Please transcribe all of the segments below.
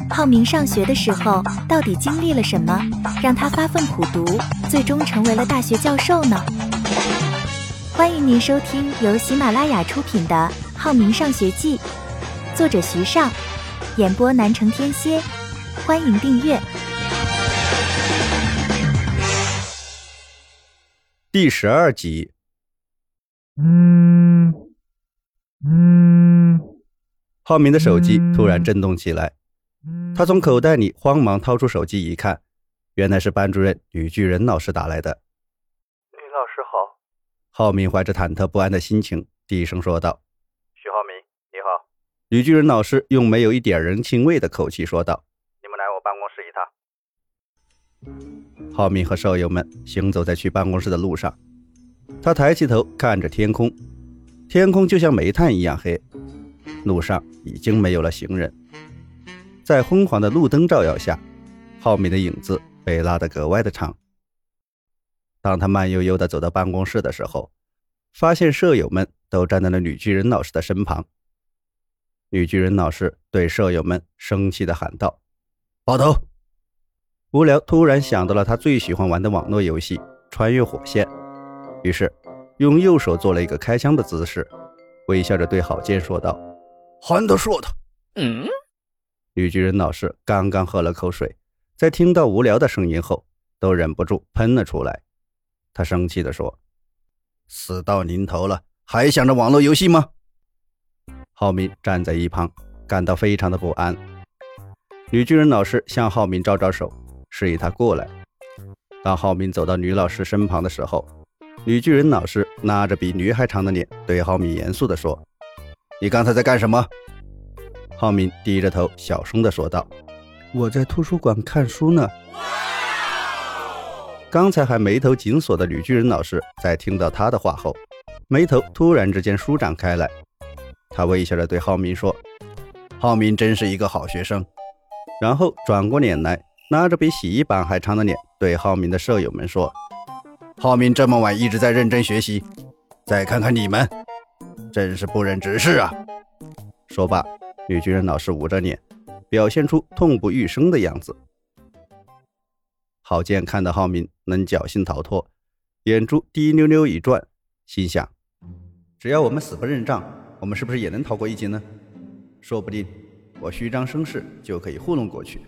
浩明上学的时候到底经历了什么，让他发奋苦读，最终成为了大学教授呢？欢迎您收听由喜马拉雅出品的《浩明上学记》，作者徐尚，演播南城天蝎。欢迎订阅。 第12集。浩明的手机突然震动起来，他从口袋里慌忙掏出手机一看，原来是班主任吕巨人老师打来的。 吕老师好。 浩明怀着忐忑不安的心情低声说道。 徐浩明你好。 吕巨人老师用没有一点人情味的口气说道。 你们来我办公室一趟。浩明和舍友们行走在去办公室的路上，他抬起头看着天空，天空就像煤炭一样黑，路上已经没有了行人。在昏黄的路灯照耀下，浩明的影子被拉得格外的长。当他慢悠悠地走到办公室的时候，发现舍友们都站在了吕巨人老师的身旁。吕巨人老师对舍友们生气地喊道：抱头！无聊突然想到了他最喜欢玩的网络游戏穿越火线，于是用右手做了一个开枪的姿势，微笑着对郝建说道： 喊他说的。 吕巨人老师刚刚喝了口水，在听到无聊的声音后都忍不住喷了出来。他生气地说：死到临头了，还想着网络游戏吗？浩明站在一旁感到非常的不安。吕巨人老师向浩明招招手，示意他过来。当浩明走到女老师身旁的时候，吕巨人老师拉着比女孩长的脸对浩明严肃地说：你刚才在干什么？浩明低着头小声地说道：我在图书馆看书呢。刚才还眉头紧锁的吕巨人老师在听到他的话后，眉头突然之间舒展开来。他微笑着对浩明说：浩明真是一个好学生。然后转过脸来，拉着比洗衣板还长的脸对浩明的舍友们说：浩明这么晚一直在认真学习，再看看你们，真是不忍直视啊。说罢，吕巨人老师捂着脸，表现出痛不欲生的样子。郝建看到浩明能侥幸逃脱，眼珠滴溜溜一转，心想：只要我们死不认账，我们是不是也能逃过一劫呢？说不定我虚张声势就可以糊弄过去。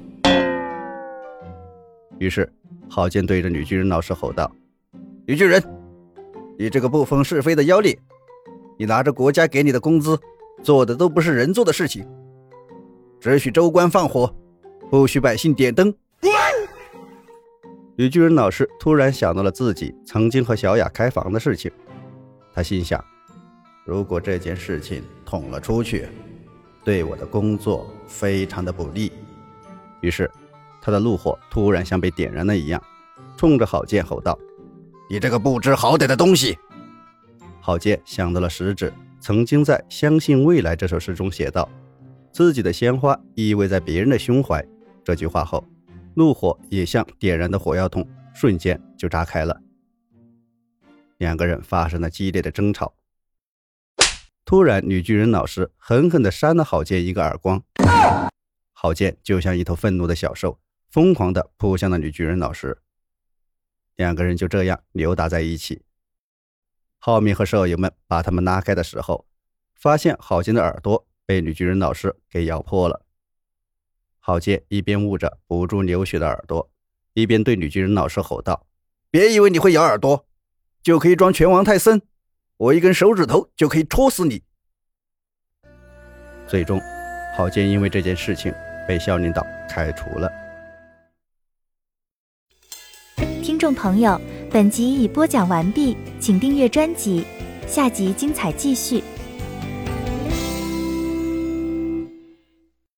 于是郝建对着吕巨人老师吼道：吕巨人，你这个不分是非的妖孽，你拿着国家给你的工资，做的都不是人做的事情，只许州官放火，不许百姓点灯。吕巨人老师突然想到了自己曾经和小雅开房的事情，他心想：如果这件事情捅了出去，对我的工作非常的不利。于是他的怒火突然像被点燃了一样，冲着郝建吼道：你这个不知好歹的东西！郝建想到了食指曾经在《相信未来》这首诗中写道：自己的鲜花依偎在别人的胸怀，这句话后，怒火也像点燃的火药桶，瞬间就炸开了。两个人发生了激烈的争吵。突然吕巨人老师狠狠地扇了郝建一个耳光，郝建就像一头愤怒的小兽，疯狂地扑向了吕巨人老师。两个人就这样扭打在一起。浩明和舍友们把他们拉开的时候，发现郝建的耳朵被吕巨人老师给咬破了。郝建一边捂着不住流血的耳朵，一边对吕巨人老师吼道：别以为你会咬耳朵就可以装拳王泰森，我一根手指头就可以戳死你。最终郝建因为这件事情被校领导开除了。 听众朋友，本集已播讲完毕，请订阅专辑，下集精彩继续。